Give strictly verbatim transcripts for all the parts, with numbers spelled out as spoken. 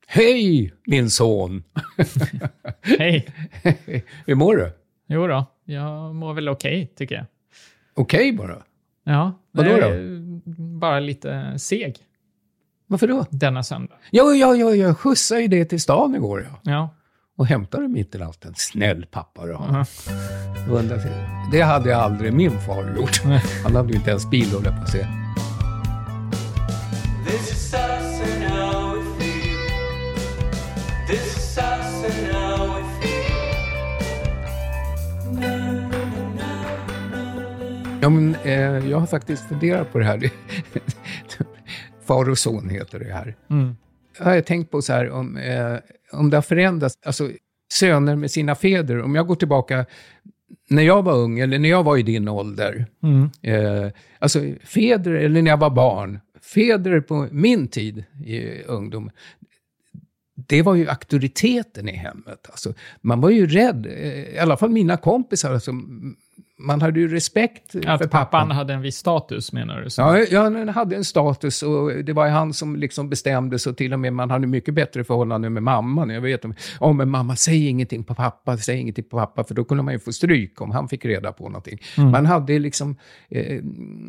Hej, min son! Hej! Hur mår du? Jo då, jag mår väl okej, okay, tycker jag. Okej okay, bara? Ja. Vadå då? Bara lite seg. Varför då? Denna söndag. Ja, ja, ja, jag skjutsade ju det till stan igår. Ja. Ja. Och hämtade mitt i natten. Snäll pappa då. Uh-huh. Det hade jag aldrig min far gjort. Han hade ju inte ens bil att läppa sig. This is us and how we feel. This is us and how we feel. Ja, men, eh, jag har faktiskt funderat på det här. Far och son heter det här. Mm. Jag har tänkt på så här, om, eh, om det har förändrats, alltså söner med sina fäder. Om jag går tillbaka när jag var ung, eller när jag var i din ålder. Mm. Eh, alltså fäder, eller när jag var barn. Fäder på min tid i ungdom. Det var ju auktoriteten i hemmet. Alltså, man var ju rädd, i alla fall mina kompisar. Alltså, man hade ju respekt att för pappan. pappan hade en viss status, menar du? Så? Ja, ja, han hade en status och det var han som liksom bestämde, så till och med man hade mycket bättre förhållande med mamman. Jag vet om, oh, men mamma, säg ingenting på pappa, säg ingenting på pappa, för då kunde man ju få stryk om han fick reda på någonting. Mm. Man hade liksom, eh,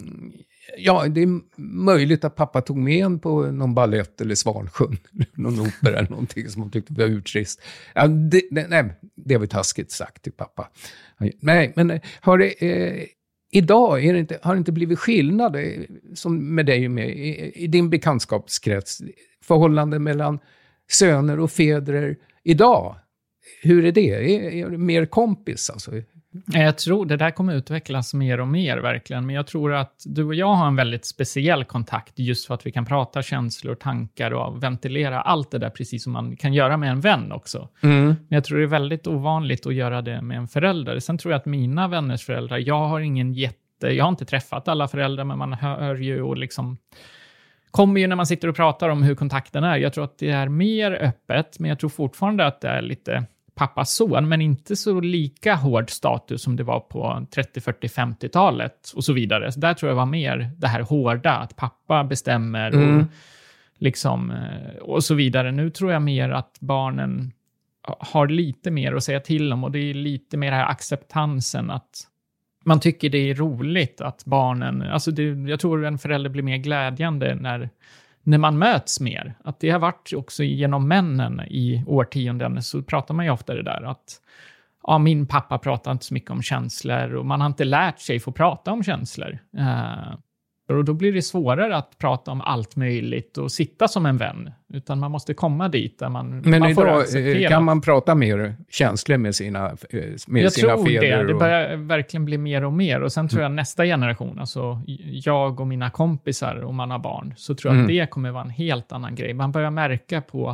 ja, det är möjligt att pappa tog med en på någon ballett eller Svansjön, någon opera eller någonting som man tyckte var urtrist. Ja, det, det, nej, det var taskigt sagt till pappa. Nej, men har det, eh, idag är det inte, har det inte blivit skillnad eh, som med dig med i, i din bekantskapskrets, förhållande mellan söner och fäder idag? Hur är det? Är, är det mer kompis alltså? Jag tror det där kommer utvecklas mer och mer verkligen. Men jag tror att du och jag har en väldigt speciell kontakt just för att vi kan prata känslor, tankar och ventilera allt det där precis som man kan göra med en vän också. Mm. Men jag tror det är väldigt ovanligt att göra det med en förälder. Sen tror jag att mina vänners föräldrar, jag har ingen jätte, jag har inte träffat alla föräldrar, men man hör ju och liksom kommer ju när man sitter och pratar om hur kontakten är. Jag tror att det är mer öppet, men jag tror fortfarande att det är lite pappas son, men inte så lika hård status som det var på trettio, fyrtio, femtiotalet och så vidare. Så där tror jag var mer det här hårda, att pappa bestämmer och, mm. liksom, och så vidare. Nu tror jag mer att barnen har lite mer att säga till om, och det är lite mer här acceptansen att man tycker det är roligt att barnen, alltså det, jag tror en förälder blir mer glädjande när när man möts mer. Att det har varit också genom männen i årtionden, så pratar man ju ofta det där att ja, min pappa pratar inte så mycket om känslor och man har inte lärt sig få prata om känslor. Uh, och då blir det svårare att prata om allt möjligt och sitta som en vän. Utan man måste komma dit där man, Men man får idag acceptera. Kan man prata mer känslor med sina, med jag sina tror fäder? det. Det och... börjar verkligen bli mer och mer. Och sen tror jag nästa generation, alltså jag och mina kompisar, om man har barn, så tror jag Mm. att det kommer vara en helt annan grej. Man börjar märka på,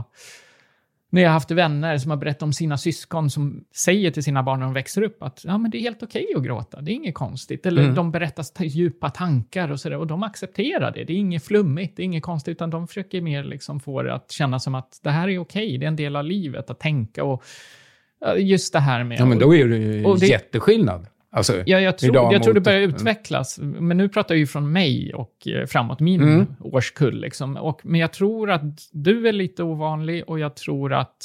när jag har haft vänner som har berättat om sina syskon som säger till sina barn när de växer upp att ja, men det är helt okej att gråta, det är inget konstigt. Eller Mm. de berättar djupa tankar och sådär, och de accepterar det. Det är inget flummigt, det är inget konstigt, utan de försöker mer liksom få det att känna som att det här är okej, det är en del av livet att tänka, och just det här med... Ja, men då är det ju och det, jätteskillnad. Alltså, ja, jag tror, jag tror det börjar mot... utvecklas. Men nu pratar jag ju från mig och eh, framåt min mm. årskull. Liksom. Och, men jag tror att du är lite ovanlig, och jag tror att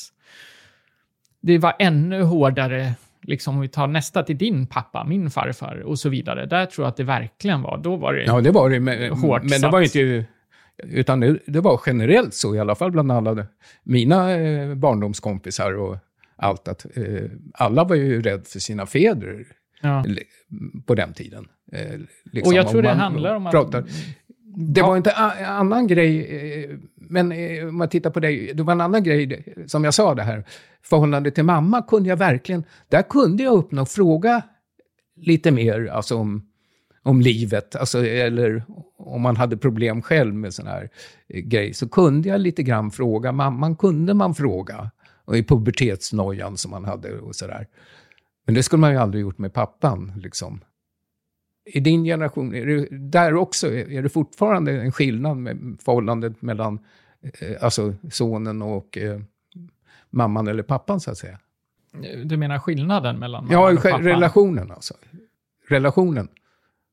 det var ännu hårdare, liksom om vi tar nästa till din pappa, min farfar och så vidare. Där tror jag att det verkligen var. Då var det, ja, det var det. Men, hårt men det var inte... Utan det, det var generellt så, i alla fall bland alla mina eh, barndomskompisar och allt, att eh, alla var ju rädd för sina fäder. Ja. På den tiden. Eh, liksom, och jag tror det man handlar om att... Pratar. Det ja. var inte en annan grej, eh, men eh, om man tittar på det, det var en annan grej, som jag sa det här, förhållande till mamma kunde jag verkligen, där kunde jag öppna och fråga lite mer, alltså om, om livet, alltså, eller om man hade problem själv med sån här eh, grej, så kunde jag lite grann fråga, mamman kunde man fråga, och i pubertetsnojan som man hade och sådär. Men det skulle man ju aldrig gjort med pappan, liksom. I din generation, är det där också, är det fortfarande en skillnad med förhållandet mellan eh, alltså sonen och eh, mamman eller pappan, så att säga? Du menar skillnaden mellan mamman ja, och pappan? relationen alltså. Relationen.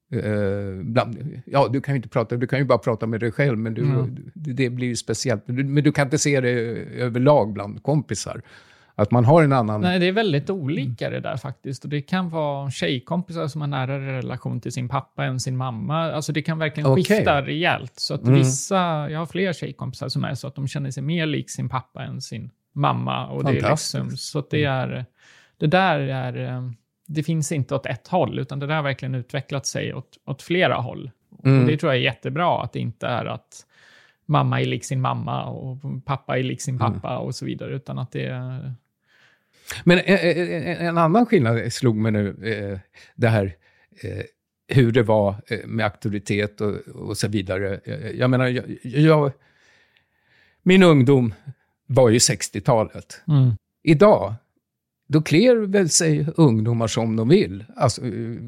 Uh, bland, ja, du kan ju inte prata, du kan ju bara prata med dig själv, men du, mm. det, det blir ju speciellt. Men du kan inte se det överlag bland kompisar. Att man har en annan... Nej, det är väldigt olika det där faktiskt. Och det kan vara tjejkompisar som har närmare relation till sin pappa än sin mamma. Alltså det kan verkligen okay. skifta rejält. Så att mm. vissa, jag har fler tjejkompisar som är så att de känner sig mer lik sin pappa än sin mamma. Och det är liksom, så att det är, det där är, det finns inte åt ett håll, utan det där har verkligen utvecklat sig åt, åt flera håll. Mm. Och det tror jag är jättebra, att det inte är att mamma är lik sin mamma och pappa är lik sin pappa mm. och så vidare, utan att det är... Men en, en annan skillnad slog mig nu, eh, det här eh, hur det var eh, med auktoritet och, och så vidare. Jag menar, jag, jag, min ungdom var ju sextiotalet. Mm. Idag, då klär väl sig ungdomar som de vill. Alltså,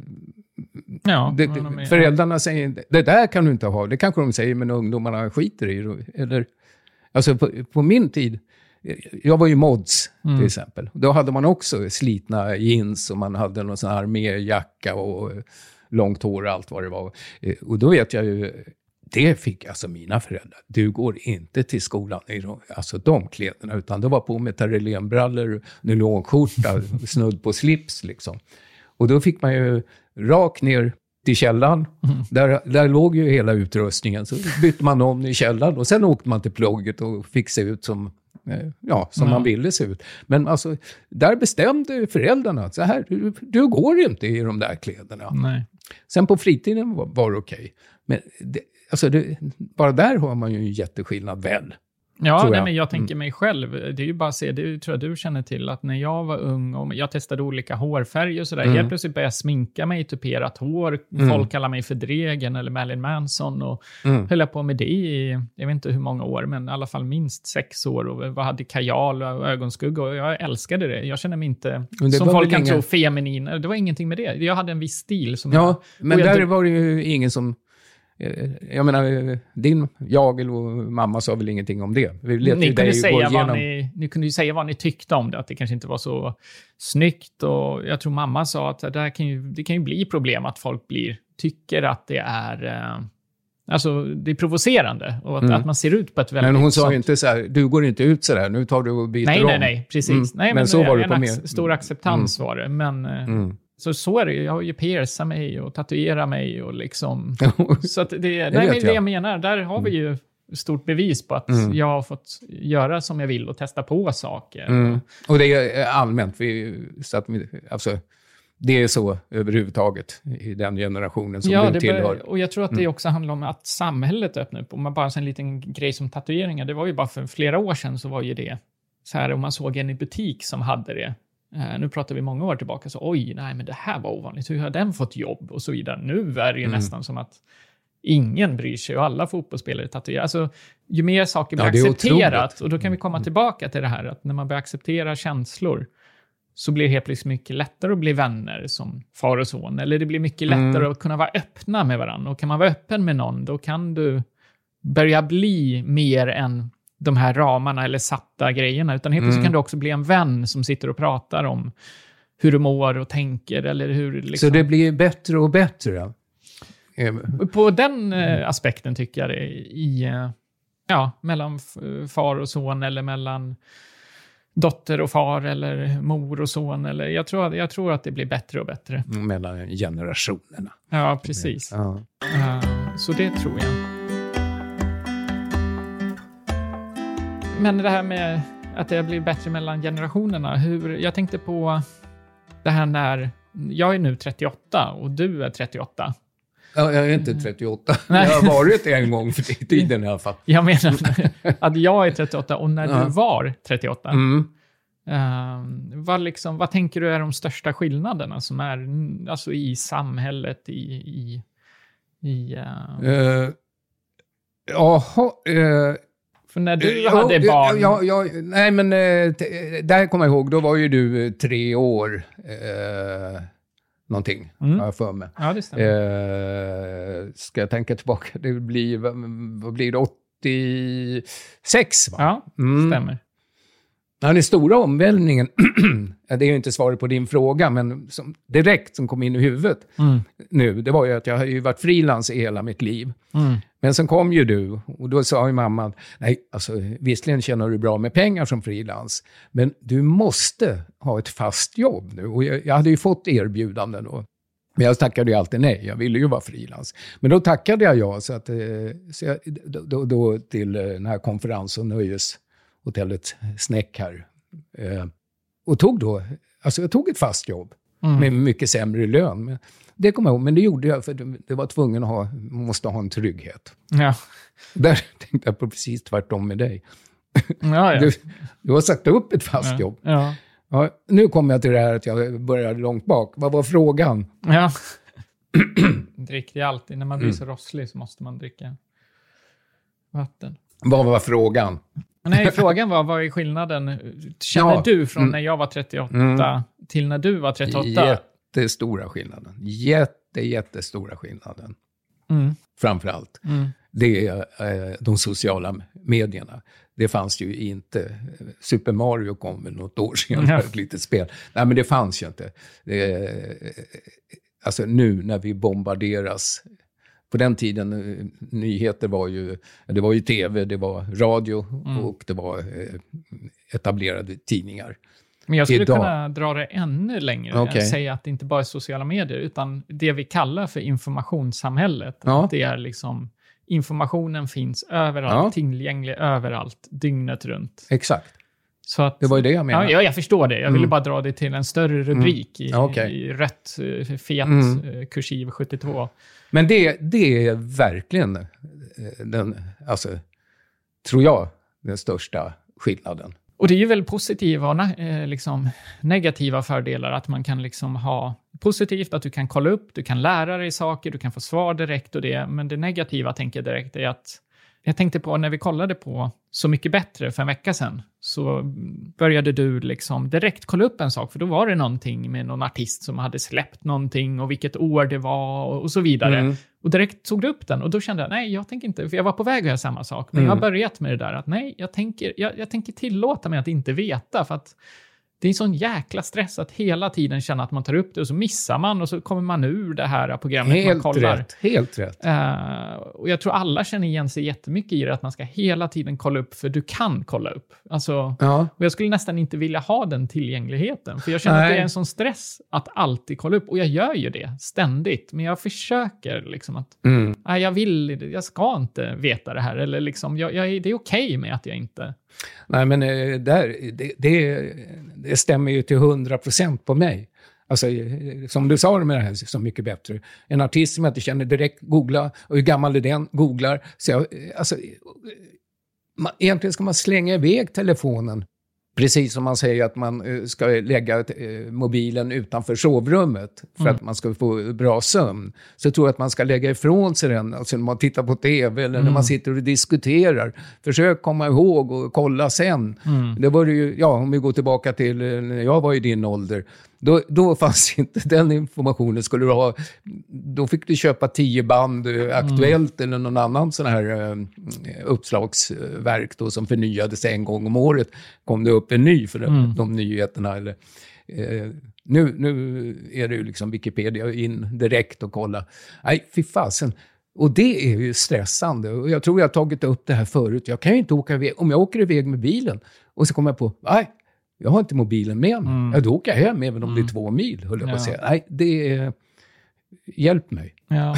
ja, det, det, föräldrarna säger, det där kan du inte ha. Det kanske de säger, men ungdomarna skiter i det. Eller, alltså på, på min tid, jag var ju mods till mm. exempel. Då hade man också slitna jeans och man hade någon sån här arméjacka och långt hår och allt vad det var. Och då vet jag ju, det fick alltså mina föräldrar. Du går inte till skolan i de, alltså de kläderna, utan det var på med terrelenbrallor, nylonskjorta, snudd på slips liksom. Och då fick man ju rakt ner till källan. Mm. Där, där låg ju hela utrustningen. Så bytte man om i källan och sen åkte man till plugget och fick se ut som ja, som mm. man ville se ut. Men alltså, där bestämde föräldrarna så här, du, du går inte i de där kläderna. Nej. Sen på fritiden var, var det okej. Okay. Men det, alltså det, bara där har man ju en jätteskillnad väl. Ja, nej, men jag tänker mig själv. Det är ju bara att se, det tror jag du känner till, att när jag var ung och jag testade olika hårfärger och sådär, mm. helt plötsligt började jag sminka mig, tuperat hår. Mm. Folk kallar mig för Dregen eller Marilyn Manson och mm. höll jag på med det i, jag vet inte hur många år, men i alla fall minst sex år och vad hade kajal och ögonskugga och jag älskade det. Jag känner mig inte, som folk kan inga... tro, feminin. Det var ingenting med det. Jag hade en viss stil som... Ja, jag, men där jag... var det ju ingen som... Jag menar, din, jag eller mamma sa väl ingenting om det. Vi lät ni, kunde säga vad ni, ni kunde ju säga vad ni tyckte om det, att det kanske inte var så snyggt. Och jag tror mamma sa att det, här kan ju, det kan ju bli problem att folk blir, tycker att det är... Eh, alltså, det är provocerande. Och att, mm. att man ser ut på ett väldigt... Men hon sa ju inte så här, du går inte ut så där, nu tar du och byter nej, om. Nej, nej, nej, precis. Mm. Nej, men, men så var det på en mer. Stor acceptans mm. var det, men... Mm. Så så är det ju. Jag har ju piercat mig och tatuerat mig och liksom... så att det, det, nej, men det jag. jag menar, där har vi ju stort bevis på att mm. jag har fått göra som jag vill och testa på saker. Mm. Och det är allmänt. Vi, så att, alltså, det är så överhuvudtaget i den generationen som ja, du det tillhör. Bör, och jag tror att det också handlar om att samhället öppnar upp. Om man bara en liten grej som tatueringar. Det var ju bara för flera år sedan så var ju det så här, om man såg en i butik som hade det. Uh, nu pratar vi många år tillbaka så oj, nej men det här var ovanligt. Hur har den fått jobb och så vidare. Nu är det ju mm. nästan som att ingen bryr sig och alla fotbollsspelare tatuerar. Alltså, ju mer saker blir ja, accepterat otroligt. Och då kan vi komma tillbaka till det här att när man börjar acceptera känslor så blir det helt plötsligt mycket lättare att bli vänner som far och son. Eller det blir mycket lättare mm. att kunna vara öppna med varandra. Och kan man vara öppen med någon, då kan du börja bli mer än de här ramarna eller satta grejerna. Utan helt plötsligt mm. kan du också bli en vän som sitter och pratar om hur du mår och tänker. Eller hur, liksom. Så det blir bättre och bättre? På den eh, aspekten tycker jag det i, eh, ja, mellan f- far och son eller mellan dotter och far eller mor och son. Eller, jag, tror, jag tror att det blir bättre och bättre. Mellan generationerna. Ja, precis. Ja. Uh, så det tror jag. Men det här med att det blir bättre mellan generationerna. Hur, jag tänkte på det här när jag är nu trettioåtta och du är trettioåtta. Ja, jag är inte trettioåtta. Nej. Jag har varit det en gång för tiden i alla fall. Jag menar att jag är trettioåtta och när ja. du var trettioåtta. Mm. Uh, vad, liksom, vad tänker du är de största skillnaderna som är alltså, i samhället? I, i, i, uh... Uh, jaha... Uh... För när du uh, hade uh, barn... Ja, ja, nej, men uh, t- där kommer jag ihåg. Då var ju du uh, tre år... Uh, någonting, mm. har jag för mig. Ja, det stämmer. Eh, ska jag tänka tillbaka? Det blir, vad blir det? åttiosex, va? Ja, mm. stämmer. Ja, den stora omvälvningen, det är ju inte svaret på din fråga, men som, direkt som kom in i huvudet mm. nu, det var ju att jag har ju varit frilans i hela mitt liv. Mm. Men sen kom ju du, och då sa ju mamma, nej, alltså visserligen tjänar du bra med pengar som frilans, men du måste ha ett fast jobb nu. Och jag, jag hade ju fått erbjudanden då. Men jag tackade ju alltid nej, jag ville ju vara frilans. Men då tackade jag ja, så att, så jag, då, då till den här konferens- och nöjeshotellet Snäck här. Eh, och tog då, alltså jag tog ett fast jobb mm. med mycket sämre lön. Men det kommer jag ihåg, men det gjorde jag för det var tvungen att ha, måste ha en trygghet. Ja. Där tänkte jag på precis tvärtom med dig. Ja, ja. Du, du har sagt upp ett fast ja. jobb. Ja. Ja, nu kommer jag till det här att jag började långt bak. Vad var frågan? Ja. Drick det alltid. När man blir mm. så rosslig så måste man dricka vatten. Vad var frågan? Nej, frågan var, vad är skillnaden? Känner ja. du från mm. när jag var trettioåtta mm. till när du var trettioåtta? Jättestora skillnaden. Jätte, jättestora skillnaden. Mm. Framförallt. Mm. Det är eh, de sociala medierna. Det fanns ju inte. Super Mario kom väl något år sedan. Ja. Ett litet spel. Nej, men det fanns ju inte. Det, alltså nu när vi bombarderas. På den tiden, nyheter var ju, det var ju tv, det var radio mm. och det var eh, etablerade tidningar. Men jag skulle Idag. kunna dra det ännu längre. Okay. Säga att det inte bara är sociala medier, utan det vi kallar för informationssamhället. Ja. Att det är liksom, informationen finns överallt, ja. tillgänglig överallt, dygnet runt. Exakt. Så att, det var ju det jag menade. Ja, jag förstår det. Jag ville mm. bara dra det till en större rubrik mm. i, okay. i rätt fet mm. kursiv sjuttiotvå. Men det, det är verkligen den, alltså, tror jag, den största skillnaden. Och det är ju väldigt positiva och eh, liksom, negativa fördelar att man kan liksom ha positivt, att du kan kolla upp, du kan lära dig saker, du kan få svar direkt och det. Men det negativa tänker jag direkt är att jag tänkte på när vi kollade på Så mycket bättre för en vecka sedan, så började du liksom direkt kolla upp en sak, för då var det någonting med någon artist som hade släppt någonting och vilket år det var och, och så vidare. Mm. Och direkt tog du upp den och då kände jag, nej, jag tänker inte, för jag var på väg att göra samma sak, men mm. jag har börjat med det där att nej, jag tänker, jag, jag tänker tillåta mig att inte veta, för att det är sån jäkla stress att hela tiden känna att man tar upp det och så missar man och så kommer man ur det här programmet helt man kollar. Rätt, helt rätt. Uh, och jag tror alla känner igen sig jättemycket i det, att man ska hela tiden kolla upp, för du kan kolla upp. Alltså, ja. Och jag skulle nästan inte vilja ha den tillgängligheten, för jag känner Nej. att det är en sån stress att alltid kolla upp, och jag gör ju det ständigt, men jag försöker liksom att mm. nej, jag vill, jag ska inte veta det här, eller liksom, jag, jag, det är okej med att jag inte... Nej, men där, det, det, det stämmer ju till hundra procent på mig. Alltså, som du sa med det här, Så mycket bättre. En artist som jag inte känner direkt, googla. Och hur gammal är den? Googlar. Så jag, alltså, man, egentligen ska man slänga iväg telefonen. Precis som man säger att man ska lägga eh, mobilen utanför sovrummet för mm. att man ska få bra sömn. Så tror jag att man ska lägga ifrån sig den, alltså när man tittar på tv eller mm. när man sitter och diskuterar. Försök komma ihåg och kolla sen. Mm. Det var ju, ja, om vi går tillbaka till när jag var i din ålder. Då, då fanns inte den informationen. Skulle du ha, då fick du köpa tio band Aktuellt mm. eller någon annan sån här uh, uppslagsverk då, som förnyades en gång om året. Kom det upp en ny för mm. de, de nyheterna. Eller, uh, nu, nu är det ju liksom Wikipedia in direkt och kolla. Nej, fy fasen. Och det är ju stressande. Och jag tror jag har tagit upp det här förut. Jag kan ju inte åka iväg. Om jag åker iväg med bilen och så kommer jag på, nej, jag har inte mobilen med mig. Mm. Ja, då åker jag hem även om mm. det är två mil. Höll jag på att säga. Nej, det är... Hjälp mig. Ja.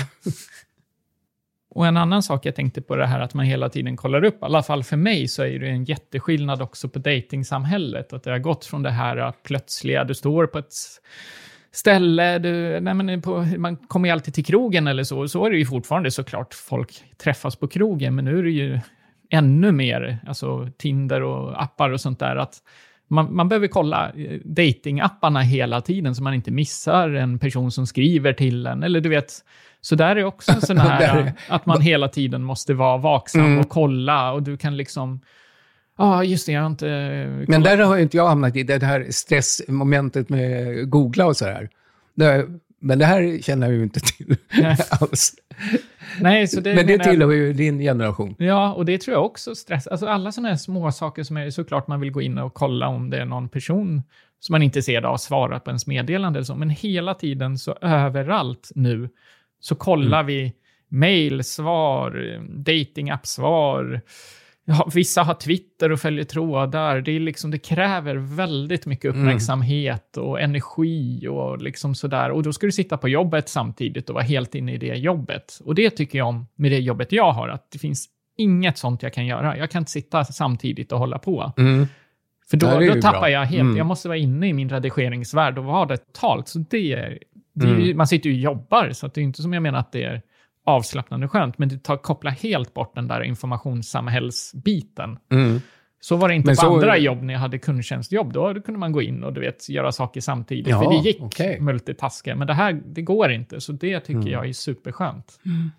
Och en annan sak jag tänkte på det här att man hela tiden kollar upp. I alla fall för mig så är det en jätteskillnad också på datingsamhället. Att det har gått från det här plötsliga, du står på ett ställe, du, nej men på, man kommer ju alltid till krogen eller så. Så är det ju fortfarande såklart, folk träffas på krogen. Men nu är det ju ännu mer, alltså Tinder och appar och sånt där, att Man, man behöver kolla datingapparna hela tiden så man inte missar en person som skriver till en. Eller du vet, så där är också en sån här att man hela tiden måste vara vaksam mm. och kolla. Och du kan liksom, ja ah, just det, jag har inte kollat. Men där har inte jag hamnat i det här stressmomentet med googla och sådär. Men det här känner jag ju inte till alls. Nej, så det Men det menar jag- tillhör ju din generation. Ja, och det tror jag också stress. Alltså alla sådana här små saker som är såklart man vill gå in och kolla om det är någon person som man inte ser då har svarat på ens meddelande eller så. Men hela tiden så överallt nu så kollar Mm. vi mail, svar, datingappsvar. Ja, vissa har Twitter och följer trådar. Det, är liksom, det kräver väldigt mycket uppmärksamhet och energi och liksom sådär. Och då ska du sitta på jobbet samtidigt och vara helt inne i det jobbet. Och det tycker jag om med det jobbet jag har. Att det finns inget sånt jag kan göra. Jag kan inte sitta samtidigt och hålla på. Mm. För då, Ja, det är då ju tappar bra. jag helt. Mm. Jag måste vara inne i min redigeringsvärld och vara det totalt. Så det är, det är ju, Mm. man sitter ju och jobbar. Så att det är inte som jag menar att det är avslappnande skönt. Men det tar koppla helt bort den där informationssamhällsbiten. Mm. Så var det inte Men på så- andra jobb när jag hade kundtjänstjobb. Då kunde man gå in och du vet, göra saker samtidigt. Ja, för det gick okej. multitaska. Men det här, det går inte. Så det tycker Mm. jag är superskönt.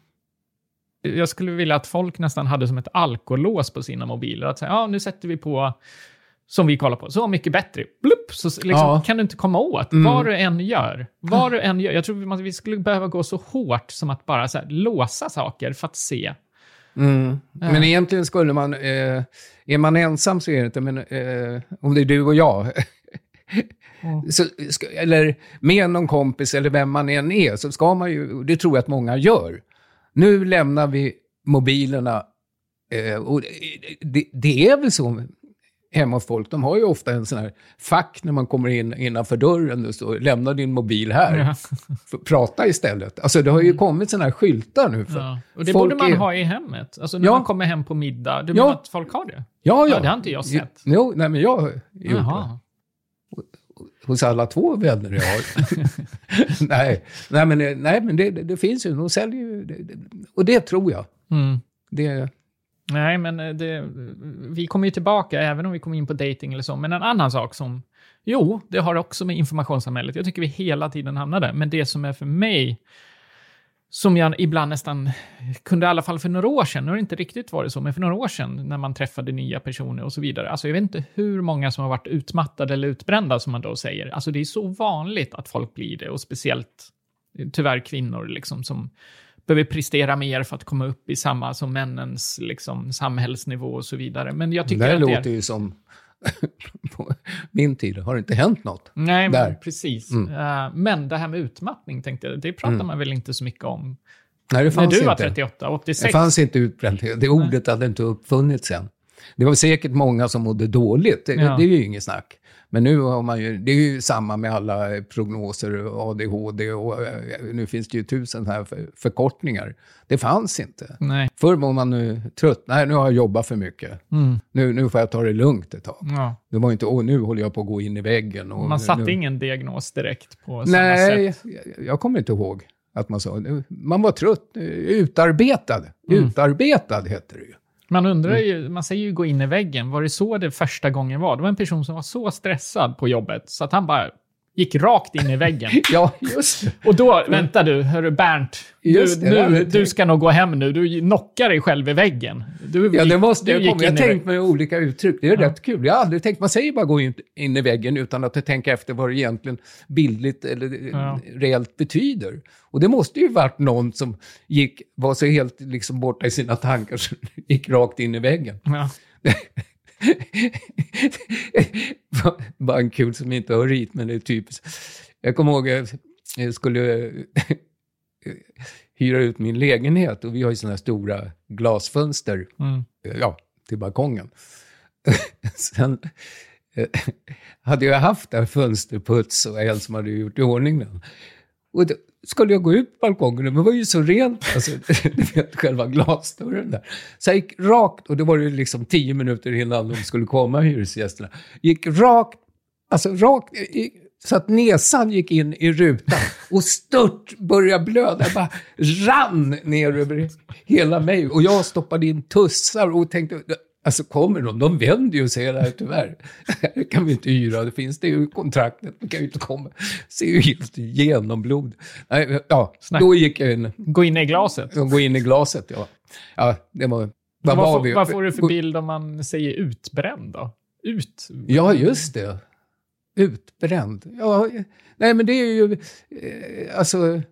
Jag skulle vilja att folk nästan hade som ett alkolås på sina mobiler. Att säga, ja nu sätter vi på, som vi kollar på, så mycket bättre. Blupp, så liksom, Ja. kan du inte komma åt. Mm. Vad du än gör. Vad du än gör. Jag tror att vi skulle behöva gå så hårt som att bara så här, låsa saker för att se. Mm. Men egentligen skulle man, eh, är man ensam så är det inte, men eh, om det är du och jag, Mm. så, ska, eller med någon kompis eller vem man än är, så ska man ju, och det tror jag att många gör, nu lämnar vi mobilerna, eh, och det, det är väl så hemma hos folk, de har ju ofta en sån här fack när man kommer in innanför dörren och så lämna din mobil här, Ja. för, prata istället. Alltså det har ju kommit såna här skyltar nu. För Ja. Och det folk borde man är- ha i hemmet. Alltså när Ja. man kommer hem på middag. Du Ja. menar att folk har det? Ja, ja. Ja, det har inte jag sett. Jo, nej, men jag har gjort det. Jaha. Hos alla två vänner jag har. nej, nej, men, nej, men det, det, det finns ju. De säljer ju. Det, det, och det tror jag. Mm. Det, Nej, men det, vi kommer ju tillbaka även om vi kommer in på dating eller så. Men en annan sak som, jo, det har också med informationssamhället. Jag tycker vi hela tiden hamnar där. Men det som är för mig, som jag ibland nästan kunde i alla fall för några år sedan, nu har det inte riktigt varit så, men för några år sedan när man träffade nya personer och så vidare. Alltså jag vet inte hur många som har varit utmattade eller utbrända som man då säger. Alltså det är så vanligt att folk blir det och speciellt tyvärr kvinnor liksom som behöver prestera mer för att komma upp i samma som männens liksom, samhällsnivå och så vidare. Men jag det tycker där att det låter är... ju som på min tid. Har det inte hänt något? Nej, där. men precis. Mm. Uh, men det här med utmattning tänkte jag, det pratar Mm. man väl inte så mycket om. Nej, det När fanns du var inte. trettioåtta, Det åttiosex. fanns inte utbrändhet. Det ordet hade inte uppfunnits än. Det var säkert många som mådde dåligt. Det, Ja. det är ju inget snack. Men nu har man ju, det är ju samma med alla prognoser, A D H D och eh, nu finns det ju tusen här för, förkortningar. Det fanns inte. Nej. Förr var man nu trött. Nej, nu har jag jobbat för mycket. Mm. Nu, nu får jag ta det lugnt ett tag. Ja. Det var inte, åh, nu håller jag på att gå in i väggen. Och Man satte nu, ingen diagnos direkt på samma Nej, sätt. jag, jag kommer inte ihåg att man sa. Man var trött, utarbetad. Mm. Utarbetad heter det ju. Man undrar ju, man säger ju gå in i väggen. Var det så det första gången var? Det var en person som var så stressad på jobbet så att han bara gick rakt in i väggen. Ja, just det. Och då, vänta du, hörru Bernt. Du, Just det, det hade nu, jag du tänkt. ska nog gå hem nu. Du knockar dig själv i väggen. Du, Ja, det gick- måste du jag gick komma. Jag in har i tänkt väggen. med olika uttryck. Det är Ja. rätt kul. Jag har aldrig tänkt, man säger bara gå in, in i väggen utan att tänka efter vad det egentligen bildligt eller Ja. reellt betyder. Och det måste ju varit någon som gick, var så helt liksom borta i sina tankar så gick rakt in i väggen. Ja. Bara en kul som inte hör hit, men det är typiskt. Jag kommer ihåg att jag skulle hyra ut min lägenhet och vi har ju såna här stora glasfönster, Mm. ja, till balkongen. Sen eh, hade jag haft där fönsterputs och en som hade gjort i ordning den. Och då skulle jag gå ut på balkongen, men det var ju så rent, alltså, du vet, själva glasdörren där. Så jag gick rakt, och det var ju liksom tio minuter innan de skulle komma, hyresgästerna. Gick rakt, alltså rakt, i, så att näsan gick in i rutan och stört började blöda. Jag bara rann ner över hela mig. Och jag stoppade in tussar och tänkte, alltså kommer de? De vänder ju och säger det här tyvärr. Det kan vi inte hyra, det finns det ju i kontraktet. Det kan ju inte komma. Ser ju helt genomblod. Nej, ja, Snack. då gick jag in. Gå in i glaset. Gå in i glaset, ja. Ja, det var... Vad Vad, var får, vi? vad får du för bild om man säger utbränd då? Ut? Ja, just det. Utbränd. Ja, nej, men det är ju... Eh, alltså...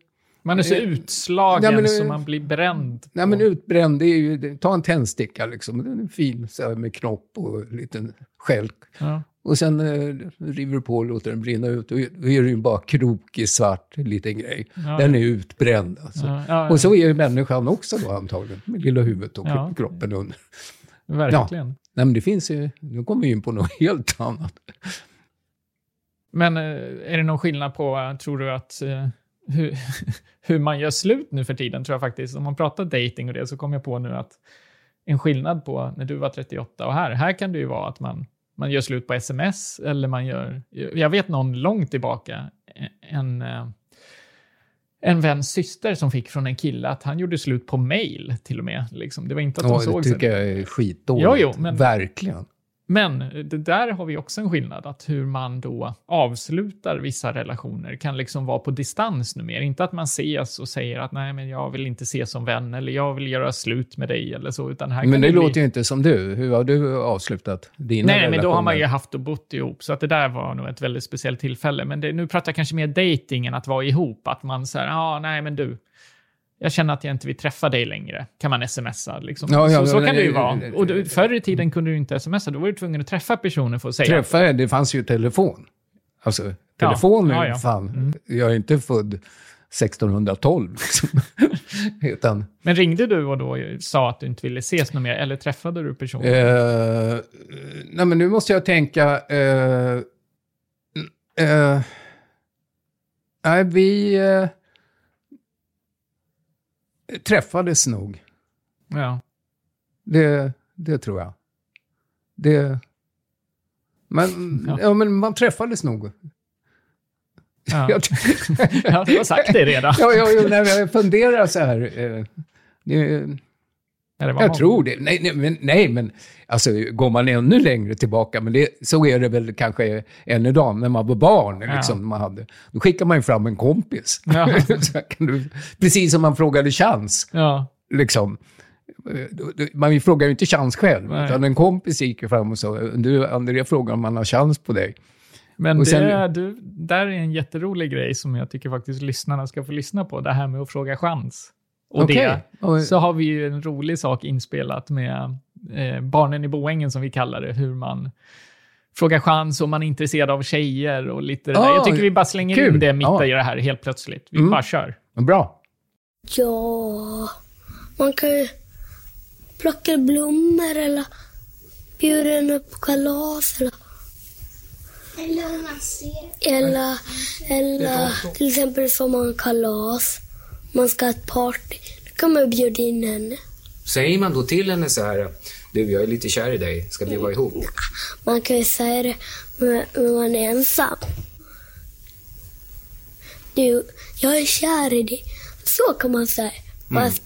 Man är så utslagen ja, men, så man blir bränd. Nej, men utbränd, det är ju, ta en tändsticka liksom. Den är fin så här, med knopp och en liten skälk. Ja. Och sen eh, river du på och låter den brinna ut. Och då är det ju bara krokig, svart, liten grej. Ja. Den är utbränd alltså. Ja, ja, ja. Och så är ju människan också då antagligen. Med lilla huvudet och ja. kroppen under. Verkligen. Ja. Nej, men det finns ju, nu kommer vi in på något helt annat. Men är det någon skillnad på, tror du att hur, hur man gör slut nu för tiden, tror jag faktiskt. Om man pratar dating och det, så kommer jag på nu att en skillnad på när du var trettioåtta och här, här kan det ju vara att man, man gör slut på sms eller man gör, jag vet någon långt tillbaka, en, en väns syster som fick från en kille att han gjorde slut på mail till och med. Liksom. Det var inte att de ja, såg det tycker jag är skitdåligt. Jo, jo, men, verkligen. Men det där har vi också en skillnad, att hur man då avslutar vissa relationer kan liksom vara på distans nu mer. Inte att man ses och säger att nej, men jag vill inte ses som vän eller jag vill göra slut med dig eller så. Utan här men kan det, det låter bli... ju inte som du. Hur har du avslutat dina nej, relationer? Nej, men då har man ju haft och bott ihop. Så att det där var nog ett väldigt speciellt tillfälle. Men det, nu pratar jag kanske mer dating än att vara ihop. Att man säger, ja ah, nej men du... Jag känner att jag inte vill träffa dig längre. Kan man smsa liksom. Ja, ja, så, så kan det ju vara. Och då, förr i tiden kunde du inte smsa. Då var du tvungen att träffa personen för att säga. Träffa, det fanns ju telefon. Alltså, telefon ja, ja, ja. Fan. Mm. Jag är inte född sextonhundratolv. Liksom. Utan, men ringde du och då sa att du inte ville ses något mer? Eller träffade du personen? Uh, nej, men nu måste jag tänka... Uh, uh, nej, vi... Uh, träffades nog. Ja. Det, det tror jag. Det... Men, ja. Ja, men man träffades nog. Ja, ja du har sagt det redan. ja, ja, ja, när jag funderar så här... Eh, det, jag många. tror det. Nej, nej, men, nej, men alltså, går man ännu längre tillbaka, men det, så är det väl kanske än idag när man var barn. Ja. Liksom, man hade, då skickar man ju fram en kompis. Ja. Så kan du, precis som man frågade chans. Ja. Liksom. Man frågar ju inte chans själv. Nej. Utan en kompis gick fram och sa, du Andrea frågar om man har chans på dig. Men det, sen, du, där är en jätterolig grej som jag tycker faktiskt lyssnarna ska få lyssna på. Det här med att fråga chans. Och okay. det, så har vi ju en rolig sak inspelat med eh, barnen i Boängen som vi kallar det. Hur man frågar chans och man är intresserad av tjejer och lite oh, där. Jag tycker vi bara slänger kul. in det mitt oh. i det här helt plötsligt. Vi mm. bara kör. Bra. Ja, man kan ju plocka blommor eller bjuda den upp på kalas eller eller, eller, eller till exempel som man kalas. Man ska ha ett party. Då kan man bjuda in henne. Säger man då till henne så här, du, jag är lite kär i dig, ska vi vara ihop? Man kan ju säga det när man är ensam. Du, jag är kär i dig. Så kan man säga. Mm. Fast,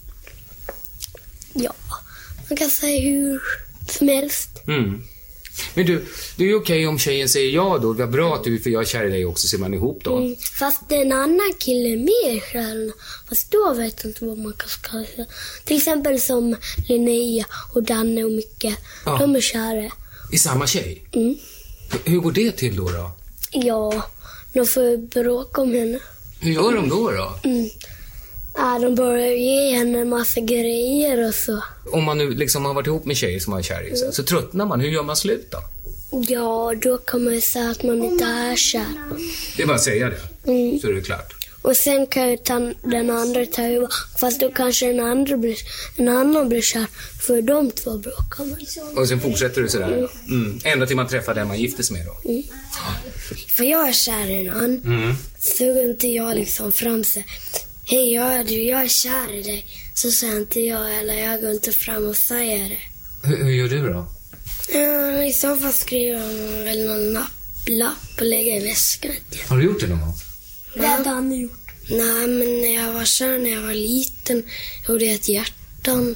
ja, man kan säga hur som helst. Mm. Men du, det är ju okej om tjejen säger ja då. Det är bra att du, för jag är kär i dig också, ser man ihop då. Mm, fast en annan kille är mer kär. Fast då vet jag inte vad man kan säga. Till exempel som Linnea och Danne och Micke. Ja. De är kära. I samma tjej? Mm. Hur går det till då då? Ja, de får bråka om henne. Hur gör de då då? Mm. Ja, de börjar ge henne en massa grejer och så. Om man nu liksom har varit ihop med tjejer som man är kär i sig, mm. så tröttnar man. Hur gör man slut då? Ja, då kan man ju säga att man inte är kär. Det är bara att säga det, mm. så är det klart. Och sen kan ju ta, den andra ta över. Fast då kanske en, andra blir, en annan blir kär. För de två bråkar man. Och sen fortsätter du sådär. Mm. Mm. Ända till man träffar den man gifter sig med då. Mm. För jag är kär i någon. Mm. Så går inte jag liksom fram sig. Hej, jag, jag är kär i dig. Så säger inte jag, eller jag går inte fram och säger det. Hur, hur gör du då? Ja, i så fall skriver jag väl någon lapp, lapp och lägger i väskan. Har du gjort det någon gång? Det hade han gjort. Nej, men när jag var kär, när jag var liten, gjorde jag ett hjärtan.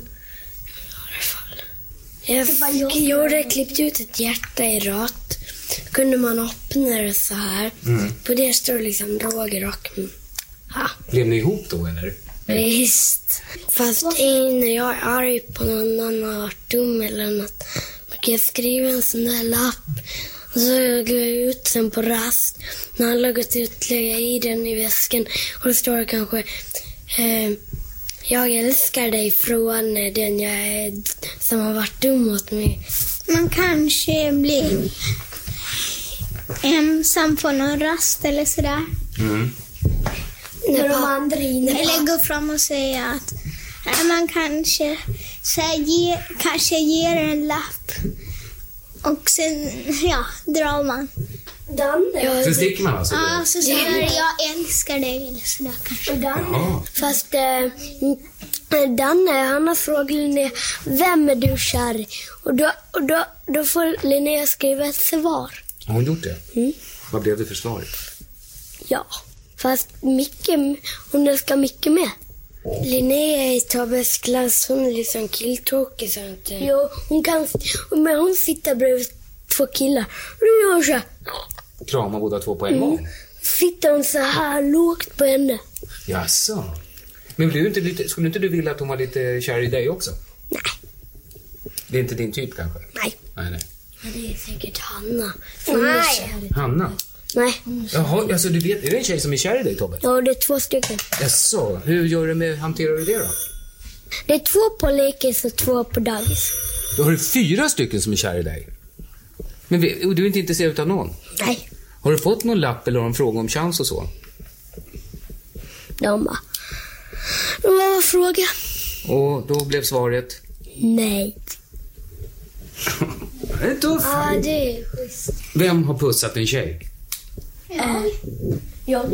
Jag, jag gjorde, klippte ut ett hjärta i rött. Kunde man öppna det så här. Mm. På det står liksom Roger och... Ja. Blev ni ihop då, eller? Visst. Fast när jag är arg på någon annan har varit dum eller något. Man kan skriva en sån där lapp. Och så lägger jag ut sen på rast. När han lagat ut lägger jag i den i väskan. Och då står det kanske eh, jag älskar dig från den jag är, som har varit dum mot mig. Man kanske blir ensam på någon rast eller sådär. Mm. När de andra inne. Eller gå fram och säga att nej, man kanske, så här, ge, kanske ger en lapp. Och sen, ja, drar man. Danne. Så sticker man alltså? Ja, så säger jag älskar dig eller sådär kanske. Danne. Fast eh, Danne, han har frågat Linnea, vem är du kär i? Och då, och då, då får Linnea skriva ett svar. Har hon gjort det? Mm. Vad blev det för svar? Ja, fast mycket, hon älskar mycket mer. Linnea i Tobbes klass, hon är liksom killtråkig. Sånt. Jo, hon kan, men hon sitter bredvid två killar. Och då gör hon så här. Krama båda två på en gång? Mm. Sitter hon så här lågt på henne. Jaså. Men blir du inte lite, skulle inte du vilja att hon var lite kär i dig också? Nej. Det är inte din typ kanske? Nej. Nej, nej. Ja, det är säkert Hanna. Nej. Hanna? Nej. Jaha, alltså du vet, är det en tjej som är kär i dig, Tobbe? Ja, det är två stycken. Jaså, hur gör du med, hanterar du det då? Det är två på lekis och två på dagis. Då har du fyra stycken som är kär i dig. Men vi, och du är inte intresserad av någon? Nej. Har du fått någon lapp eller en fråga om chans och så? De bara, vad var frågan? Och då blev svaret? Nej. Det är tufft. Ja, det är schysst. Vem har pussat en tjej? Äh, ja.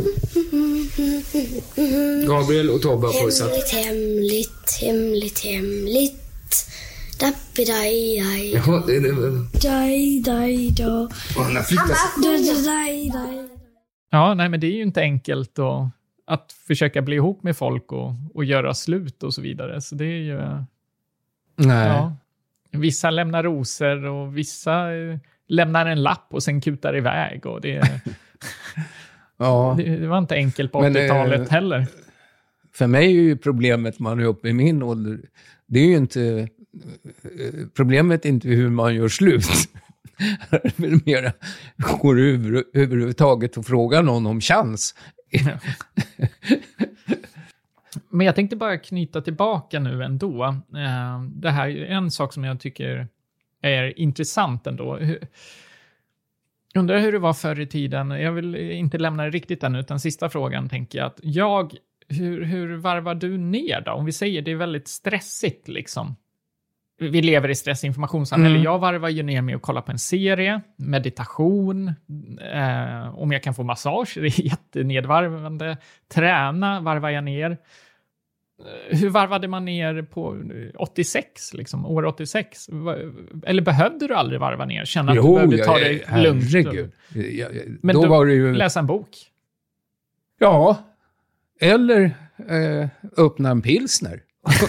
Gabriel och Tobbe har pussat. Hemligt, hemligt, hemligt, hemligt. Dappidaj, Jaha, det är... daj, daj, daj. Han har flyttat sig. Daj, daj. Ja, nej, men det är ju inte enkelt att, att försöka bli ihop med folk och, och göra slut och så vidare. Så det är ju... Nej. Ja. Vissa lämnar rosor och vissa eh, lämnar en lapp och sen kutar iväg. Och det, Ja. det, det var inte enkelt på Men, åttiotalet eh, heller. För mig är ju problemet man är uppe i min ålder, det är ju inte, problemet är inte hur man gör slut. Det är mer, går det över, överhuvudtaget att fråga någon om chans. Men jag tänkte bara knyta tillbaka nu ändå. Det här är en sak som jag tycker är intressant ändå. Undrar hur det var förr i tiden. Jag vill inte lämna det riktigt än, utan sista frågan tänker jag att jag, hur, hur varvar du ner då? Om vi säger det är väldigt stressigt liksom. Vi lever i stressinformationssamhälle. Mm. Jag varvar ju ner med att kolla på en serie, meditation, eh, om jag kan få massage, det är jättenedvarvande. Träna varvar jag ner. Hur varvade man ner på åttiosex, liksom, år åttiosex? Eller behövde du aldrig varva ner? Känna att Jo, du behövde jag, ta det lugnt? herregud. Jag, jag, Men då då var det ju... läsa en bok? Ja, eller eh, öppna en pilsner.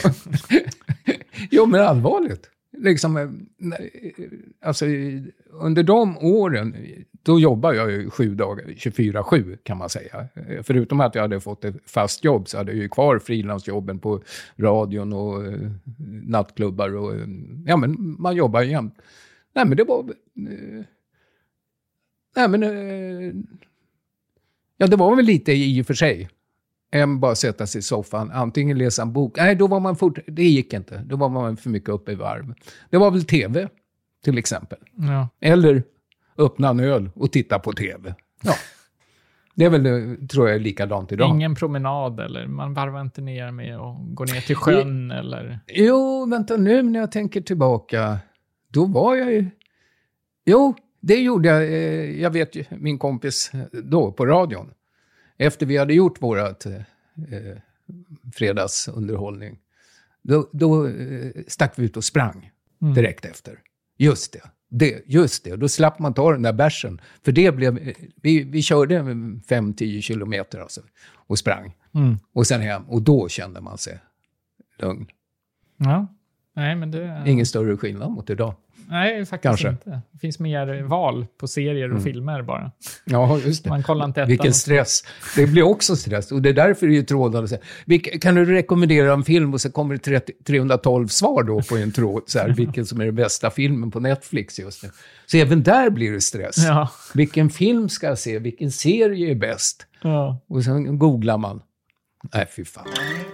Jo, men allvarligt. Liksom, eh, alltså, under de åren, då jobbar jag ju sju dagar, tjugofyra sju kan man säga. Förutom att jag hade fått ett fast jobb så hade jag ju kvar frilansjobben på radion och eh, nattklubbar. Och, eh, ja, men man jobbar jämt. Nej, men det var... Eh, nej, men... Eh, ja, det var väl lite i och för sig. Än bara sätta sig i soffan, antingen läsa en bok. Nej, då var man fort, det gick inte. Då var man för mycket uppe i varv. Det var väl tv, till exempel. Ja. Eller öppna en öl och titta på tv. Ja. Det är väl, tror jag, likadant idag. Ingen promenad eller man varvar inte ner med att gå ner till sjön eller... Jo, vänta nu när jag tänker tillbaka. Då var jag ju... Jo, det gjorde jag. Jag vet ju, min kompis då på radion. Efter vi hade gjort vårat eh, fredagsunderhållning, då, då eh, stack vi ut och sprang direkt mm. efter. Just det, det, just det. Då slapp man ta den där bärsen. För det blev, vi, vi körde fem till tio kilometer alltså, och sprang. Mm. Och sen hem, och då kände man sig lugn. Ja, nej men det... Ingen större skillnad mot idag. Nej, faktiskt Kanske. inte. Det finns mer val på serier och Mm. filmer bara. Ja, just det. Man kollar inte ettan. Vilken stress. Det blir också stress. Och det är därför det är ju trådande. Så här, vilka- Kan du rekommendera en film och så kommer det trettio, trehundratolv svar då på en tråd. Så här, vilken som är den bästa filmen på Netflix just nu. Så även där blir det stress. Ja. Vilken film ska jag se? Vilken serie är bäst? Ja. Och sen googlar man. Nej, fy fan.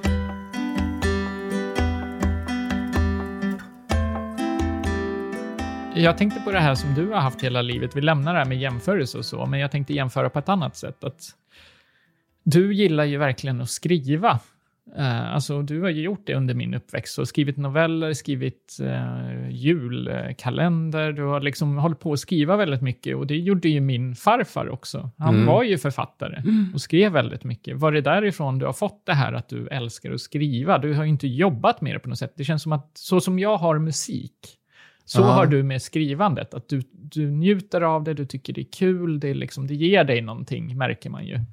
Jag tänkte på det här som du har haft hela livet. Vi lämnar det här med jämförelse och så, men jag tänkte jämföra på ett annat sätt. Att du gillar ju verkligen att skriva. Uh, alltså, du har ju gjort det under min uppväxt. Och skrivit noveller, skrivit uh, julkalender. Du har liksom hållit på att skriva väldigt mycket. Och det gjorde ju min farfar också. Han Mm. var ju författare och skrev väldigt mycket. Var det därifrån du har fått det här att du älskar att skriva? Du har ju inte jobbat med det på något sätt. Det känns som att så som jag har musik, så Ja. har du med skrivandet. Att du, du njuter av det, du tycker det är kul. Det, är liksom, det ger dig någonting, märker man ju.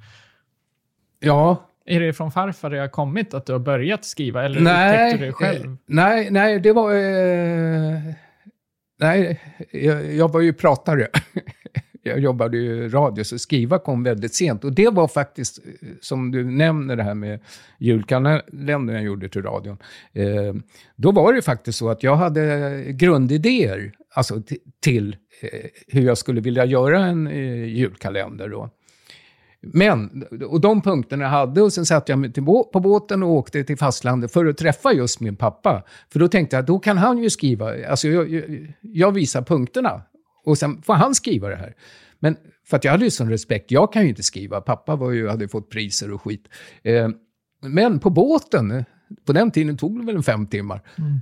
Ja. Är det från farfar det har kommit att du har börjat skriva? Eller Nej, upptäckte du det själv? eh, nej, nej, det var... Eh, nej, jag, jag var ju pratare. Jag jobbade ju i radio, så skriva kom väldigt sent. Och det var faktiskt, eh, som du nämner det här med julkalendern jag gjorde till radion. Eh, då var det faktiskt så att jag hade grundidéer alltså t- till eh, hur jag skulle vilja göra en eh, julkalender då. Men, och de punkterna jag hade, och sen satt jag mig till bå- på båten och åkte till fastlandet för att träffa just min pappa. För då tänkte jag, då kan han ju skriva, alltså jag, jag, jag visar punkterna och sen får han skriva det här. Men för att jag hade ju sån respekt, jag kan ju inte skriva, pappa var ju, hade fått priser och skit. Eh, men på båten, på den tiden tog det väl en fem timmar. Mm.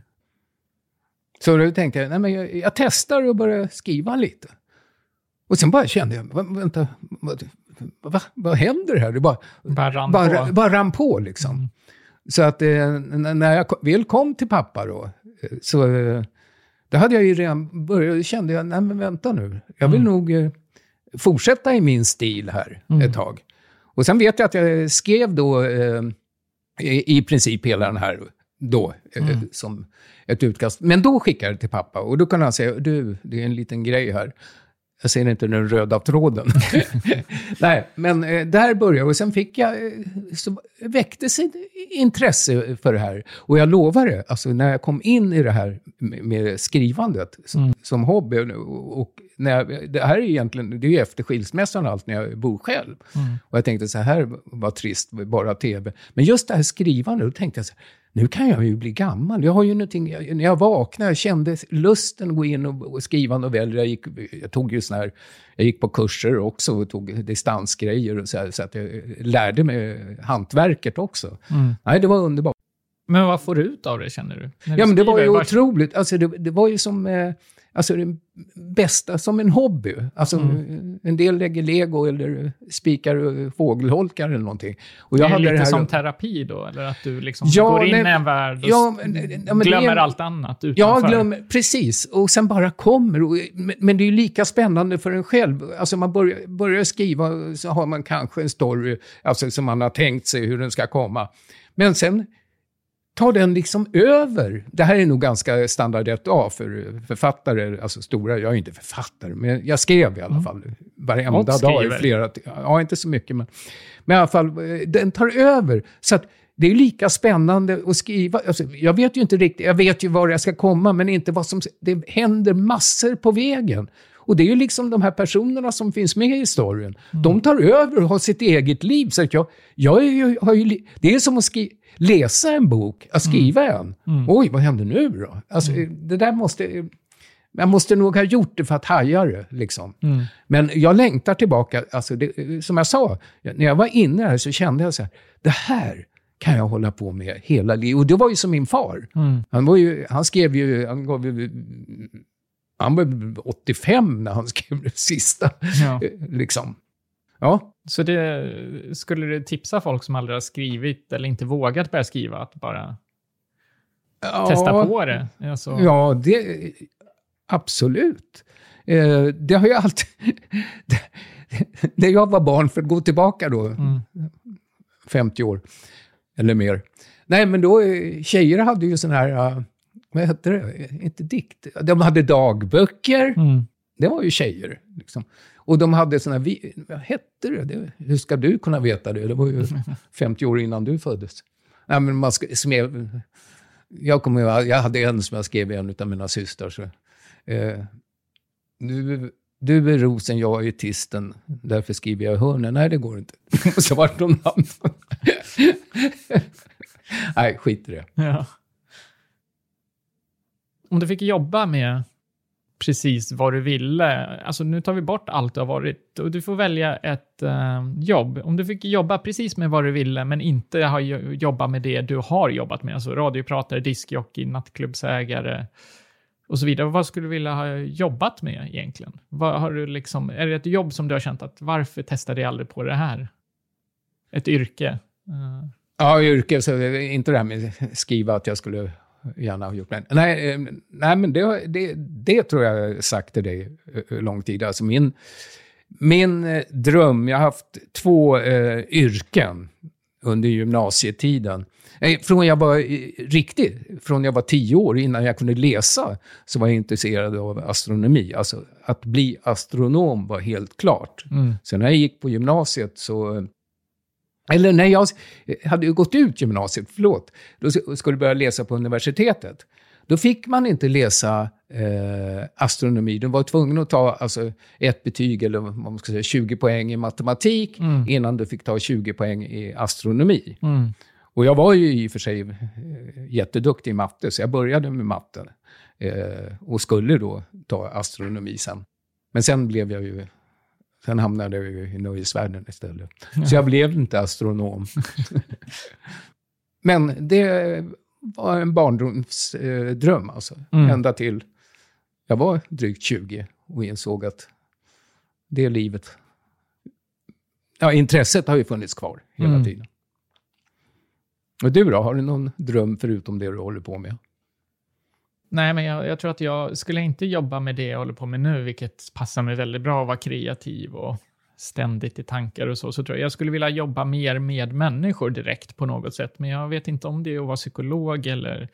Så då tänkte jag, nej men jag, jag testar och börjar skriva lite. Och sen bara kände jag, vä- vänta, vad, vad, vad händer här? Det bara, Bara rann bara, på. bara rann på liksom. Mm. Så att eh, n- när jag kom, väl kom till pappa då, eh, så eh, då hade jag ju redan börjat, kände jag, nej men vänta nu, jag vill Mm. nog eh, fortsätta i min stil här Mm. ett tag. Och sen vet jag att jag skrev då eh, i, i princip hela den här då, eh, Mm. som ett utkast. Men då skickade jag det till pappa och då kunde han säga, du, det är en liten grej här. Jag ser inte den röda tråden. Nej, men eh, där började jag. Och sen fick jag, eh, så väcktes ett intresse för det här. Och jag lovar det, alltså när jag kom in i det här med, med skrivandet som, Mm. som hobby. Och, och när jag, det här är egentligen, det är ju efter skilsmässan och allt när jag bor själv. Mm. Och jag tänkte så här var trist, bara tv. Men just det här skrivandet, då tänkte jag så här, nu kan jag ju bli gammal. Jag har ju någonting, jag, när jag vaknade, jag kände lusten att gå in och, och skriva noveller. Jag, gick, jag tog ju sån här, jag gick på kurser också och tog distansgrejer och så här, så att jag lärde mig hantverket också. Mm. Nej, det var underbart. Men vad får du ut av det, känner du? När Ja, du men det var ju skriver, vad- otroligt. Alltså det, det var ju som eh, alltså det bästa, som en hobby. Alltså Mm. en del lägger lego eller spikar och fågelholkar eller någonting. Och Det är hade lite det här, som terapi då? Eller att du liksom Ja, går in nej, i en värld och ja, s- men- ja, men det glömmer är- allt annat Ja, utanför? glömmer, precis. Och sen bara kommer. Och, men, men det är ju lika spännande för en själv. Alltså man börjar, börjar skriva, så har man kanske en story alltså, som man har tänkt sig hur den ska komma. Men sen tar den liksom över. Det här är nog ganska standard ett A för författare, alltså stora. Jag är inte författare, men jag skrev i alla Mm. fall varenda Och dag i skriver. flera... Ja, inte så mycket, men, men i alla fall, den tar över. Så att det är lika spännande att skriva. Alltså, jag vet ju inte riktigt, jag vet ju var jag ska komma, men inte vad som... Det händer massor på vägen. Och det är ju liksom de här personerna som finns med i historien. Mm. De tar över och har sitt eget liv. Så att jag, jag är ju, har ju... Det är som att skri, läsa en bok, att skriva en. Mm. Oj, vad händer nu då? Alltså, det där måste... Jag måste nog ha gjort det för att haja det, liksom. Mm. Men jag längtar tillbaka. Alltså det, som jag sa, när jag var inne här så kände jag så här, det här kan jag hålla på med hela livet. Och det var ju som min far. Mm. Han, var ju, han skrev ju, han gav ju, han var åttiofem när han skrev det sista. Ja. Liksom. Ja. Så det, skulle du tipsa folk som aldrig har skrivit eller inte vågat börja skriva att bara ja. testa på det? Alltså, Ja, det, absolut. Eh, det har ju alltid... När jag var barn, för att gå tillbaka då, Mm. femtio år eller mer. Nej, men då, eh, tjejer hade ju sån här uh, vad hette det? Inte dikt. De hade dagböcker. Mm. Det var ju tjejer. Liksom. Och de hade såna, vi, vad hette det? det? Hur ska du kunna veta det? Det var ju femtio år innan du föddes. Nej, men man ska, som jag, jag, kommer, jag hade en som jag skrev i en av mina systrar. Så, eh, du, du är rosen, jag är tisten. Därför skriver jag hörnen. Nej, det går inte. Och så var det någon annan. Nej, skit i det. Ja. Om du fick jobba med precis vad du ville, alltså nu tar vi bort allt du har varit och du får välja ett eh, jobb. Om du fick jobba precis med vad du ville men inte ha jobba med det du har jobbat med, alltså radiopratare, diskjockey, nattklubbsägare och så vidare. Vad skulle du vilja ha jobbat med egentligen? Vad har du liksom, är det ett jobb som du har känt att varför testade jag aldrig på det här? Ett yrke? Uh. Ja, yrke, så inte det här med skriva att jag skulle gärna ha gjort det. Nej, nej men det, det, det tror jag jag sagt till dig lång tid. Alltså min, min dröm, jag har haft två eh, yrken under gymnasietiden. Från jag var riktigt, från jag var tio år innan jag kunde läsa så var jag intresserad av astronomi. Alltså att bli astronom var helt klart. Mm. Så när jag gick på gymnasiet så... Eller när jag hade ju gått ut gymnasiet, förlåt, då skulle jag börja läsa på universitetet. Då fick man inte läsa eh, astronomi. De var tvungna att ta alltså, ett betyg eller vad man ska säga, tjugo poäng i matematik mm. innan du fick ta tjugo poäng i astronomi. Mm. Och jag var ju i och för sig eh, jätteduktig i matte, så jag började med matten. Eh, och skulle då ta astronomi sen. Men sen blev jag ju... Sen hamnade jag ju i nöjesvärlden istället. Ja. Så jag blev inte astronom. Men det var en barndomsdröm alltså. Mm. Ända till jag var drygt tjugo och insåg att det livet... Ja, intresset har ju funnits kvar hela mm. tiden. Och du då? Har du någon dröm förutom det du håller på med? Nej, men jag, jag tror att jag skulle inte jobba med det jag håller på med nu, vilket passar mig väldigt bra att vara kreativ och ständigt i tankar och så. Så tror jag jag skulle vilja jobba mer med människor direkt på något sätt. Men jag vet inte om det är att vara psykolog eller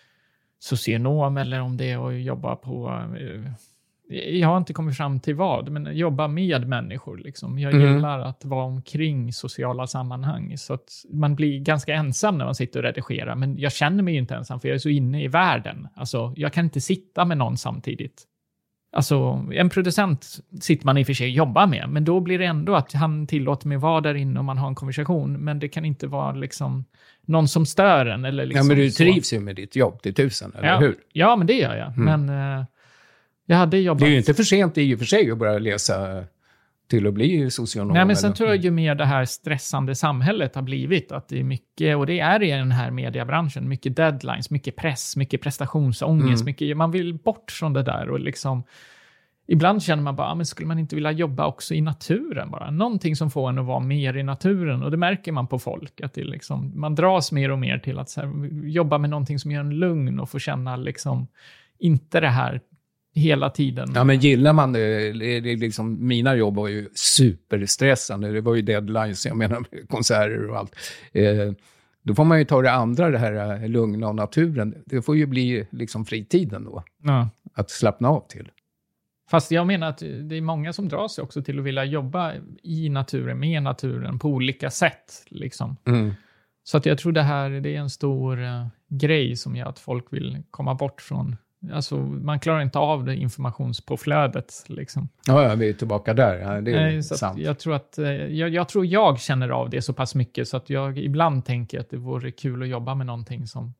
socionom eller om det är att jobba på... Jag har inte kommit fram till vad, men jobba med människor. Liksom. Jag mm. gillar att vara omkring sociala sammanhang. Så att man blir ganska ensam när man sitter och redigerar. Men jag känner mig ju inte ensam för jag är så inne i världen. Alltså, jag kan inte sitta med någon samtidigt. Alltså, en producent sitter man i och för sig och jobbar med. Men då blir det ändå att han tillåter mig vara där inne och man har en konversation. Men det kan inte vara liksom någon som stör en. Eller liksom ja, men du så. Trivs ju med ditt jobb till tusen, eller ja, hur? Ja, men det gör jag. Mm. Men... Jag hade jobbat... Det är ju inte för sent i och för sig att börja läsa till att bli socionom. Nej, men sen eller? tror jag ju mer det här stressande samhället har blivit. Att det är mycket, och det är i den här mediebranschen, mycket deadlines, mycket press, mycket prestationsångest. Mm. Mycket, man vill bort från det där och liksom... Ibland känner man bara, men skulle man inte vilja jobba också i naturen bara? Någonting som får en att vara mer i naturen. Och det märker man på folk. Att det liksom, man dras mer och mer till att så här, jobba med någonting som gör en lugn och få känna liksom, inte det här hela tiden. Ja, men gillar man det, det, det liksom, mina jobb var ju superstressande. Det var ju deadlines, jag menar konserter och allt. Eh, då får man ju ta det andra, det här lugna och naturen. Det får ju bli liksom fritiden då. Ja. Att slappna av till. Fast jag menar att det är många som drar sig också till att vilja jobba i naturen, med naturen på olika sätt. Liksom. Mm. Så att jag tror det här det är en stor uh, grej som gör att folk vill komma bort från. Alltså, man klarar inte av det informationspåflödet. Liksom. Ja, ja, vi är tillbaka där. Ja, det är Nej, så sant. Jag tror, att, jag, jag tror jag känner av det så pass mycket så att jag ibland tänker att det vore kul att jobba med någonting som...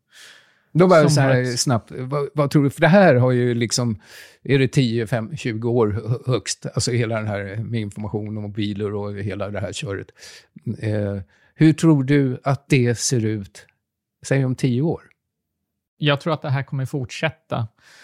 Då bara så här ett... snabbt, vad, vad tror du? För det här har ju liksom, är det tio, fem, tjugo år högst. Alltså hela den här med information och mobiler och hela det här köret. Eh, hur tror du att det ser ut, säg om tio år? Jag tror att det här kommer fortsätta.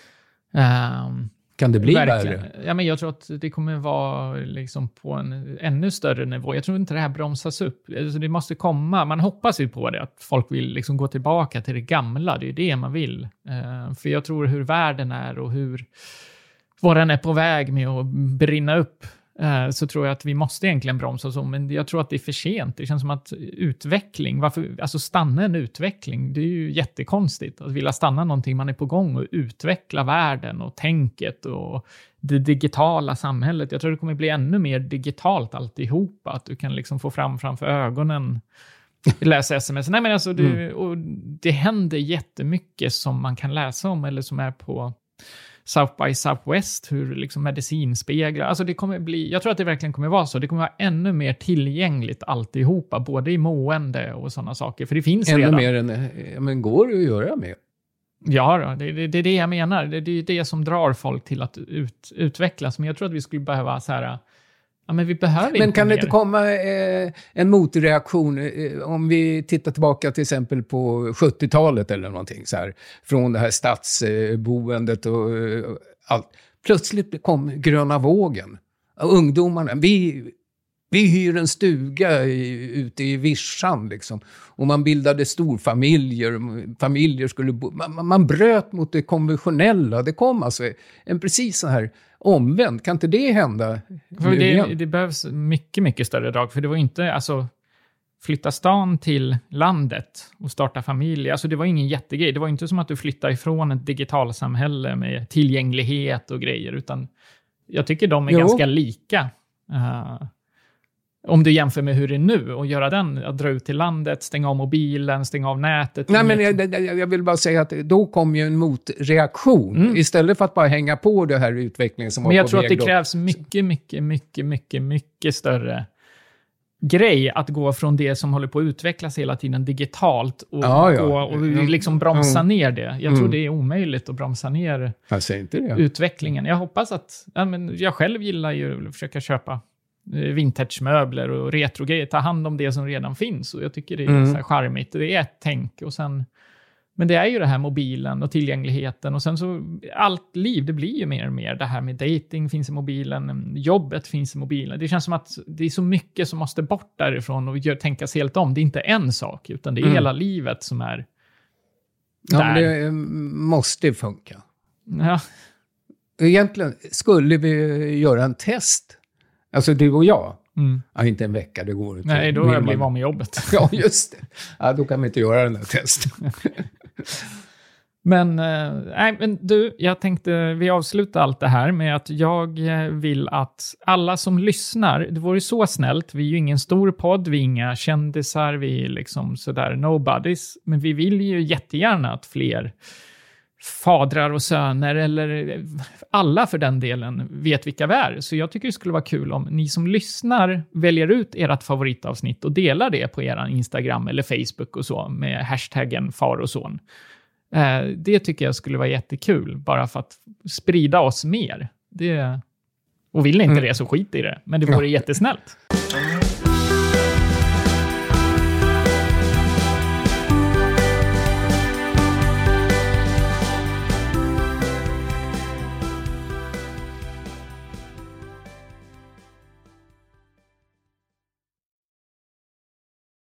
Um, kan det bli värre? Ja, men jag tror att det kommer vara liksom på en ännu större nivå. Jag tror inte det här bromsas upp. Alltså det måste komma. Man hoppas ju på det. Att folk vill liksom gå tillbaka till det gamla. Det är ju det man vill. Uh, för jag tror hur världen är och hur vad den är på väg med att brinna upp. eh, så tror jag att vi måste egentligen bromsa så. Men jag tror att det är för sent. Det känns som att utveckling, varför, alltså stanna en utveckling, det är ju jättekonstigt. Att vilja stanna någonting man är på gång och utveckla världen och tänket och det digitala samhället. Jag tror det kommer bli ännu mer digitalt alltihopa. Att du kan liksom få fram framför ögonen, läsa sms. Nej, men alltså det, mm. och det händer jättemycket som man kan läsa om eller som är på South by Southwest, hur liksom medicinspeglar. Alltså det kommer bli, jag tror att det verkligen kommer vara så. Det kommer vara ännu mer tillgängligt alltihopa, både i mående och sådana saker. För det finns ännu redan. Ännu mer än, ja, men går det att göra med? Ja, då, det, det, det är det jag menar. Det, det är det som drar folk till att ut, utvecklas. Men jag tror att vi skulle behöva så här, ja, men vi behöver men inte kan mer. Det inte komma eh, en motreaktion eh, om vi tittar tillbaka till exempel på sjuttiotalet eller någonting så här, från det här stadsboendet och eh, allt. Plötsligt kom gröna vågen. Ungdomarna, vi, vi hyr en stuga i, ute i Vischan liksom. Och man bildade storfamiljer, familjer skulle bo, man, man bröt mot det konventionella. Det kom alltså en precis så här omvänd. Kan inte det hända? För det, det behövs mycket, mycket större drag. För det var inte, alltså, flytta stan till landet och starta familj. Alltså det var ingen jättegrej. Det var inte som att du flyttar ifrån ett digitalsamhälle med tillgänglighet och grejer. Utan jag tycker de är jo. ganska lika. Uh, om du jämför med hur det är nu och göra den, att dra ut till landet, stänga av mobilen, stänga av nätet. Nej, men jag, jag vill bara säga att då kom ju en motreaktion. Mm. Istället för att bara hänga på det här utvecklingen som men var jag på tror väg att det då. krävs mycket, mycket, mycket, mycket, mycket större grej att gå från det som håller på att utvecklas hela tiden digitalt och, ja, ja. Gå och liksom bromsa mm. ner det. Jag tror mm. det är omöjligt att bromsa ner jag säger inte det. utvecklingen. Jag hoppas att, ja, men jag själv gillar ju att försöka köpa vintagemöbler och retrogrejer, ta hand om det som redan finns och jag tycker det är mm. så här charmigt. Det är ett tänk och sen, men det är ju det här mobilen och tillgängligheten och sen så allt liv, det blir ju mer och mer det här med dating finns i mobilen, jobbet finns i mobilen. Det känns som att det är så mycket som måste bort därifrån och gör, tänkas helt om. Det är inte en sak utan det är mm. hela livet som är ja, där. Men det måste funka. Ja. Egentligen skulle vi göra en test. Alltså du och jag. Mm. Ja, inte en vecka, det går inte. Nej, då har jag blivit av med jobbet. Ja, just det. Ja, då kan vi inte göra den här testen. men, äh, nej, men du, jag tänkte vi avslutar allt det här med att jag vill att alla som lyssnar, det vore så snällt, vi är ju ingen stor podd, vi är inga kändisar, vi är liksom sådär nobodies, men vi vill ju jättegärna att fler fadrar och söner eller alla för den delen vet vilka vi är. Så jag tycker det skulle vara kul om ni som lyssnar väljer ut ert favoritavsnitt och delar det på er Instagram eller Facebook och så med hashtaggen far och son. Eh, det tycker jag skulle vara jättekul bara för att sprida oss mer. Det, och vill ni inte mm. det så skit i det. Men det vore ja. jättesnällt.